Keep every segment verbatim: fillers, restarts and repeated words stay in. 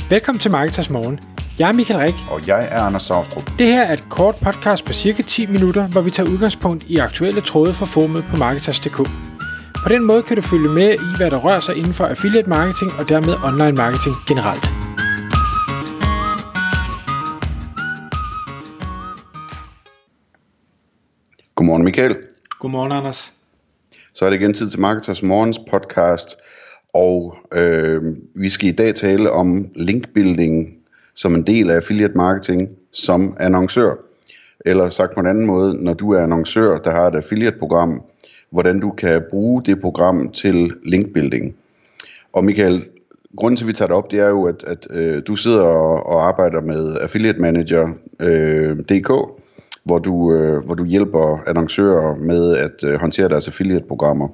Velkommen til Marketers Morgen. Jeg er Michael Rik. Og jeg er Anders Saustrup. Det her er et kort podcast på cirka ti minutter, hvor vi tager udgangspunkt i aktuelle tråde fra forumet på Marketers punktum d k. På den måde kan du følge med i, hvad der rører sig inden for affiliate marketing og dermed online marketing generelt. Godmorgen Michael. Godmorgen Anders. Så er det igen tid til Marketers Morgens podcast, og øh, vi skal i dag tale om linkbuilding som en del af affiliate marketing som annoncør. Eller sagt på en anden måde, når du er annoncør, der har et affiliate-program, hvordan du kan bruge det program til linkbuilding. Og Michael, grunden til at vi tager det op, det er jo, at, at øh, du sidder og, og arbejder med Affiliate Manager øh, punktum d k, hvor du, øh, hvor du hjælper annoncører med at øh, håndtere deres affiliate-programmer.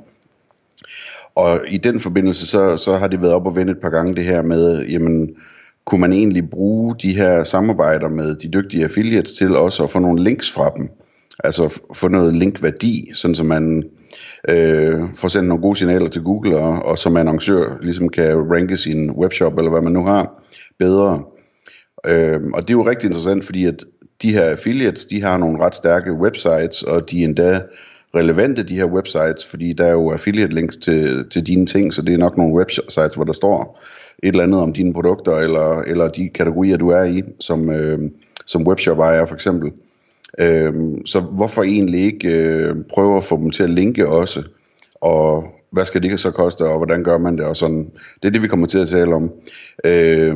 Og i den forbindelse, så, så har det været op og vende et par gange det her med, jamen, kunne man egentlig bruge de her samarbejder med de dygtige affiliates til også at få nogle links fra dem? Altså få noget linkværdi, sådan så man øh, får sendt nogle gode signaler til Google, og, og som annoncør ligesom kan ranke sin webshop, eller hvad man nu har, bedre. Øh, og det er jo rigtig interessant, fordi at de her affiliates, de har nogle ret stærke websites, og de er endda relevante, de her websites, fordi der er jo affiliate links til, til dine ting, så det er nok nogle websites, hvor der står et eller andet om dine produkter, eller, eller de kategorier, du er i, som, øh, som webshop-ejer for eksempel. Øh, så hvorfor egentlig ikke øh, prøve at få dem til at linke også, og hvad skal det så koste, og hvordan gør man det, og sådan. Det er det, vi kommer til at tale om. Øh,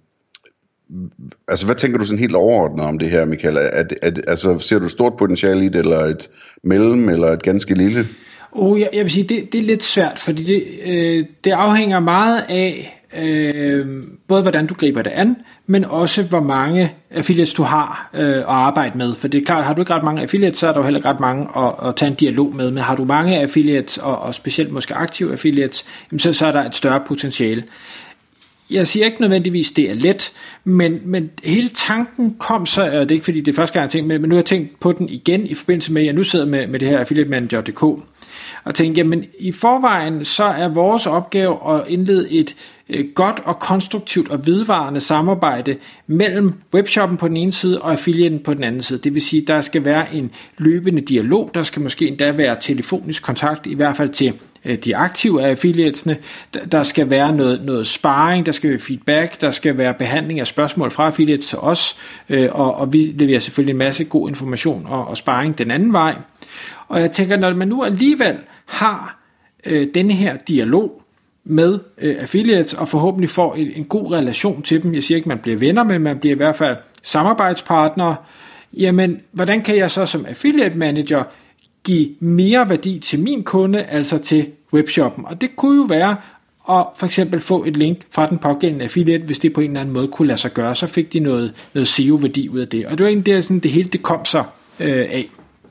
Altså, hvad tænker du sådan helt overordnet om det her, Michael? Er det, er det, altså, ser du et stort potentiale i det, eller et mellem, eller et ganske lille? Oh, jeg, jeg vil sige, det, det er lidt svært, fordi det, øh, det afhænger meget af, øh, både hvordan du griber det an, men også hvor mange affiliates du har øh, at arbejde med. For det er klart, har du ikke ret mange affiliates, så er der jo heller ikke ret mange at, at tage en dialog med. Men har du mange affiliates, og, og specielt måske aktive affiliates, så, så er der et større potentiale. Jeg siger ikke nødvendigvis, det er let, men, men hele tanken kom så, og det er ikke fordi det er første gang jeg tænkte, men, men nu har jeg tænkt på den igen i forbindelse med, at jeg nu sidder med, med det her affiliate manager punktum d k, og tænkte, jamen i forvejen, så er vores opgave at indlede et øh, godt og konstruktivt og vedvarende samarbejde mellem webshoppen på den ene side og affiliaten på den anden side. Det vil sige, der skal være en løbende dialog, der skal måske endda være telefonisk kontakt, i hvert fald til øh, de aktive af affiliatesne. Der, der skal være noget, noget sparring, der skal være feedback, der skal være behandling af spørgsmål fra affiliates til os, øh, og, og vi leverer selvfølgelig en masse god information og, og sparring den anden vej. Og jeg tænker, når man nu alligevel har øh, denne her dialog med øh, affiliates, og forhåbentlig får en, en god relation til dem, jeg siger ikke, man bliver venner, men man bliver i hvert fald samarbejdspartnere, jamen, hvordan kan jeg så som affiliate manager give mere værdi til min kunde, altså til webshoppen? Og det kunne jo være at for eksempel få et link fra den pågældende affiliate, hvis det på en eller anden måde kunne lade sig gøre, så fik de noget, noget S E O-værdi ud af det. Og det var egentlig det, sådan, det hele det kom så øh, af.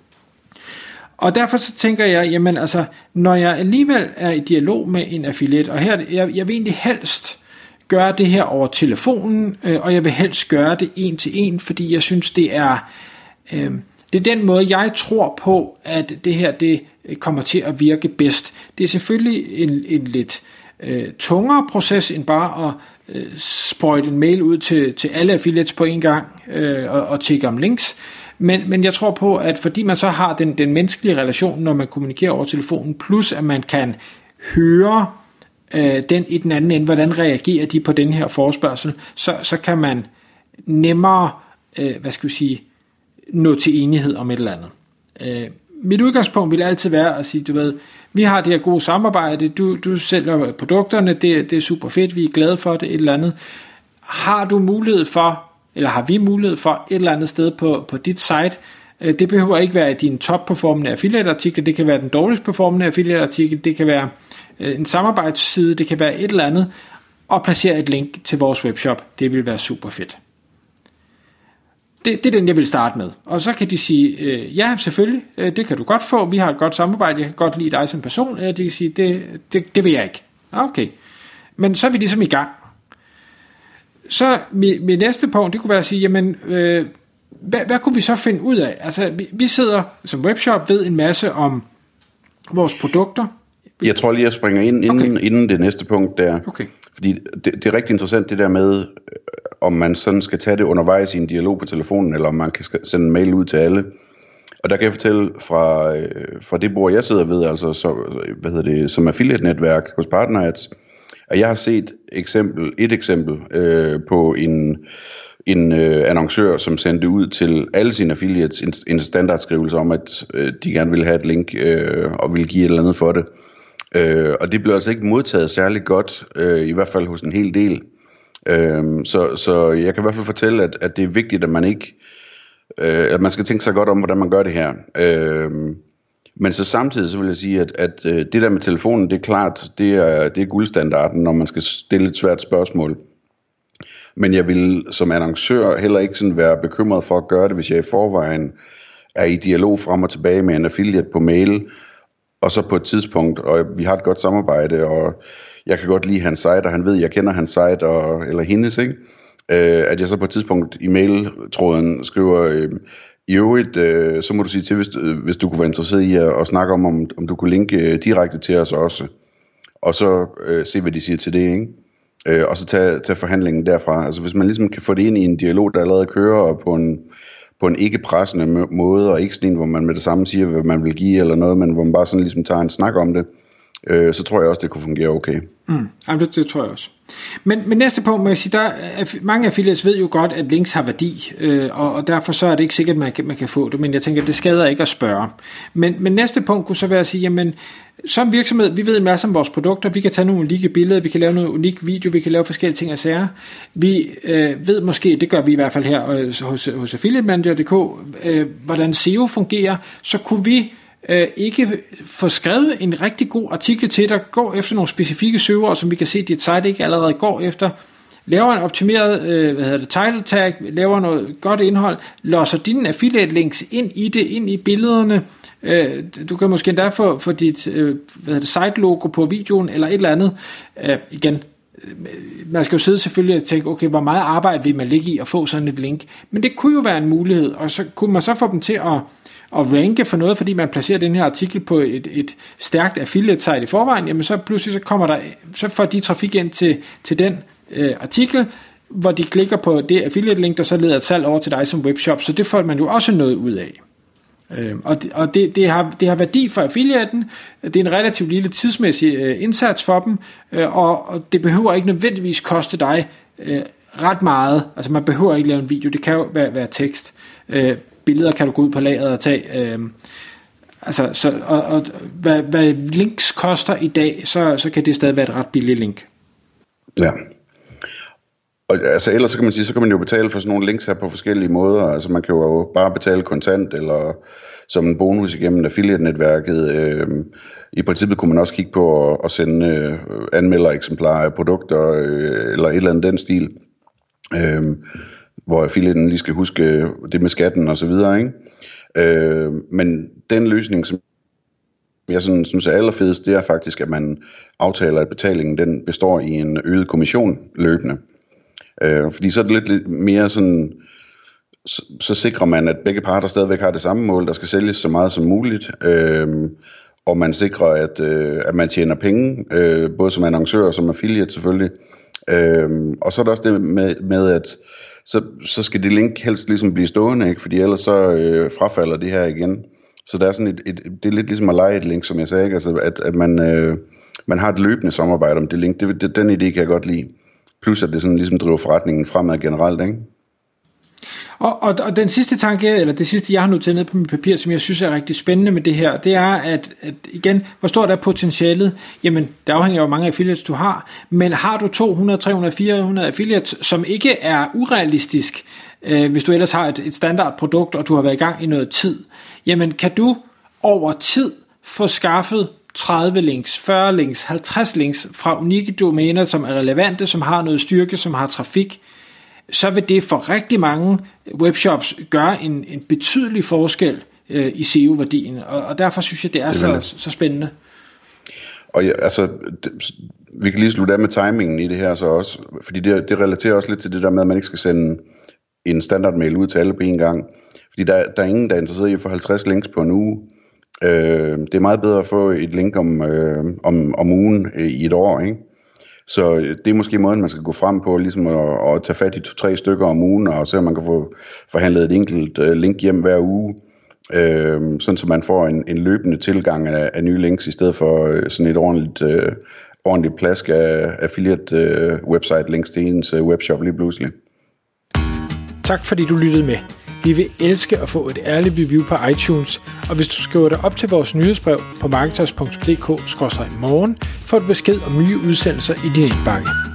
Og derfor så tænker jeg, jamen altså, når jeg alligevel er i dialog med en affiliate, og her, jeg, jeg vil egentlig helst gøre det her over telefonen, øh, og jeg vil helst gøre det en til en, fordi jeg synes, det er, øh, det er den måde, jeg tror på, at det her, det kommer til at virke bedst. Det er selvfølgelig en, en lidt øh, tungere proces, end bare at øh, sprøjte en mail ud til, til alle affiliates på en gang, øh, og, og tikke om links. Men, men jeg tror på, at fordi man så har den, den menneskelige relation, når man kommunikerer over telefonen, plus at man kan høre øh, den i den anden ende, hvordan reagerer de på den her forespørgsel, så, så kan man nemmere, øh, hvad skal vi sige, nå til enighed om et eller andet. Øh, mit udgangspunkt vil altid være at sige, du ved, vi har det her gode samarbejde, du, du sælger produkterne, det, det er super fedt, vi er glade for det, et eller andet. Har du mulighed for, eller har vi mulighed for et eller andet sted på, på dit site, det behøver ikke være din top-performende affiliate-artikel, det kan være den dårligst performende affiliate-artikel, det kan være en samarbejdsside, det kan være et eller andet, og placere et link til vores webshop, det vil være super fedt. Det, det er den, jeg vil starte med. Og så kan de sige, øh, ja, selvfølgelig, øh, det kan du godt få, vi har et godt samarbejde, jeg kan godt lide dig som person, eller de kan sige, det, det, det vil jeg ikke. Okay. Men så er vi ligesom i gang. Så mit, mit næste punkt, det kunne være at sige, jamen, øh, hvad, hvad kunne vi så finde ud af? Altså, vi, vi sidder som webshop, ved en masse om vores produkter. Jeg tror lige, jeg springer ind inden, okay. inden det næste punkt der. Okay. Fordi det, det er rigtig interessant det der med, om man sådan skal tage det undervejs i en dialog på telefonen, eller om man kan sende en mail ud til alle. Og der kan jeg fortælle fra, fra det bord, jeg sidder ved, altså så, hvad hedder det, som affiliate-netværk hos PartnerAds, at jeg har set eksempel, et eksempel øh, på en, en øh, annoncør, som sendte ud til alle sine affiliates en, en standardskrivelse om, at øh, de gerne ville have et link øh, og ville give et eller andet for det. Øh, og det blev altså ikke modtaget særlig godt, øh, i hvert fald hos en hel del. Øh, så, så jeg kan i hvert fald fortælle, at, at det er vigtigt, at man ikke øh, at man skal tænke sig godt om, hvordan man gør det her. Øh, men så samtidig så vil jeg sige, at, at øh, det der med telefonen, det er klart, det er, det er guldstandarden, når man skal stille et svært spørgsmål. Men jeg vil som annoncør heller ikke sådan være bekymret for at gøre det, hvis jeg i forvejen er i dialog frem og tilbage med en affiliate på mail, og så på et tidspunkt, og vi har et godt samarbejde, og jeg kan godt lide hans site, og han ved, at jeg kender hans site, og, eller hendes, ikke? Øh, at jeg så på et tidspunkt i mailtråden skriver, øh, i øvrigt, øh, så må du sige til, hvis, hvis du kunne være interesseret i at, at snakke om, om, om du kunne linke direkte til os også, og så øh, se, hvad de siger til det, ikke? Øh, og så tage, tage forhandlingen derfra. Altså hvis man ligesom kan få det ind i en dialog, der allerede kører, og på en, på en ikke-pressende måde, og ikke sådan en, hvor man med det samme siger, hvad man vil give eller noget, men hvor man bare sådan ligesom tager en snak om det, øh, så tror jeg også, det kunne fungere okay. Mm, jamen det, det tror jeg også. Men, men næste punkt, må jeg sige, der er, mange affiliates ved jo godt, at links har værdi, øh, og, og derfor så er det ikke sikkert, at man kan, man kan få det, men jeg tænker, det skader ikke at spørge. Men, men næste punkt kunne så være at sige, jamen, som virksomhed, vi ved en masse om vores produkter, vi kan tage nogle unikke billeder, vi kan lave noget unik video, vi kan lave forskellige ting og sager. Vi øh, ved måske, det gør vi i hvert fald her øh, hos, hos affiliate manager punktum d k, øh, hvordan S E O fungerer, så kunne vi øh, ikke få skrevet en rigtig god artikel til, der går efter nogle specifikke søgeord, som vi kan se, at dit site ikke allerede går efter, laver en optimeret øh, hvad hedder det, title tag, laver noget godt indhold, låser dine affiliate links ind i det, ind i billederne. Øh, du kan måske endda få, få dit øh, hvad hedder det, site logo på videoen, eller et eller andet. Øh, igen, man skal jo sidde selvfølgelig og tænke, okay, hvor meget arbejde vil man ligge i at få sådan et link, men det kunne jo være en mulighed, og så kunne man så få dem til at og ranke for noget, fordi man placerer den her artikel på et, et stærkt affiliate site i forvejen, jamen så pludselig så kommer der, så får de trafik ind til, til den øh, artikel, hvor de klikker på det affiliate link, der så leder et salg over til dig som webshop, så det får man jo også noget ud af. Øh, og det, og det, det, har, det har værdi for affiliaten, det er en relativt lille tidsmæssig øh, indsats for dem, øh, og, og det behøver ikke nødvendigvis koste dig øh, ret meget, altså man behøver ikke lave en video, det kan jo være, være tekst, øh, billeder kan du gå ud på lageret og tage, øh, altså, så, og, og hvad, hvad links koster i dag, så, så kan det stadig være et ret billigt link. Ja. Og altså ellers så kan man sige, så kan man jo betale for sådan nogle links her på forskellige måder. Altså man kan jo bare betale kontant, eller som en bonus igennem affiliate-netværket. Øh, I princippet kunne man også kigge på at, at sende øh, anmeldereksemplarer af produkter, øh, eller et eller andet den stil. Øh, hvor affiliaten lige skal huske det med skatten og så videre, ikke? Øh, men den løsning, som jeg sådan synes er allerfedest, det er faktisk, at man aftaler, at betalingen den består i en øget kommission løbende. Øh, fordi så er det lidt, lidt mere sådan, så, så sikrer man, at begge parter stadigvæk har det samme mål, der skal sælges så meget som muligt, øh, og man sikrer, at, øh, at man tjener penge, øh, både som annoncør og som affiliate selvfølgelig. Øh, og så er der også det med, med at Så, så skal det link helst ligesom blive stående, ikke? Fordi ellers så øh, frafalder det her igen. Så der er sådan et, et, det er lidt ligesom at lege et link, som jeg sagde, ikke? Altså at, at man, øh, man har et løbende samarbejde om det link. Det, det, den idé kan jeg godt lide. Plus at det sådan ligesom driver forretningen fremad generelt, ikke? Og, og, og den sidste tanke, eller det sidste, jeg har noteret ned på mit papir, som jeg synes er rigtig spændende med det her, det er, at, at igen, hvor stort er potentialet? Jamen, det afhænger af, hvor mange affiliates du har, men har du to hundrede, tre hundrede, fire hundrede affiliates, som ikke er urealistisk, øh, hvis du ellers har et, et standard produkt, og du har været i gang i noget tid, jamen, kan du over tid få skaffet tredive links, fyrre links, halvtreds links fra unikke domæner, som er relevante, som har noget styrke, som har trafik, så vil det for rigtig mange webshops gøre en, en betydelig forskel øh, i S E O-værdien, og, og derfor synes jeg, det er, det er så, så spændende. Og ja, altså, det, vi kan lige slutte af med timingen i det her så også, fordi det, det relaterer også lidt til det der med, at man ikke skal sende en standardmail ud til alle på en gang, fordi der, der er ingen, der er interesseret i at få halvtreds links på en uge. Øh, det er meget bedre at få et link om, øh, om, om ugen øh, i et år, ikke? Så det er måske måden, man skal gå frem på, ligesom at, at tage fat i to-tre stykker om ugen, og så man kan få forhandlet et enkelt uh, link hjem hver uge, uh, sådan så man får en, en løbende tilgang af, af nye links, i stedet for uh, sådan et ordentligt, uh, ordentligt plask af affiliate uh, website links til ens uh, webshop lige pludselig. Tak fordi du lyttede med. Vi vil elske at få et ærligt review på iTunes, og hvis du skriver dig op til vores nyhedsbrev på marketers punktum d k skråstreg morgen, får du besked om nye udsendelser i din indbakke.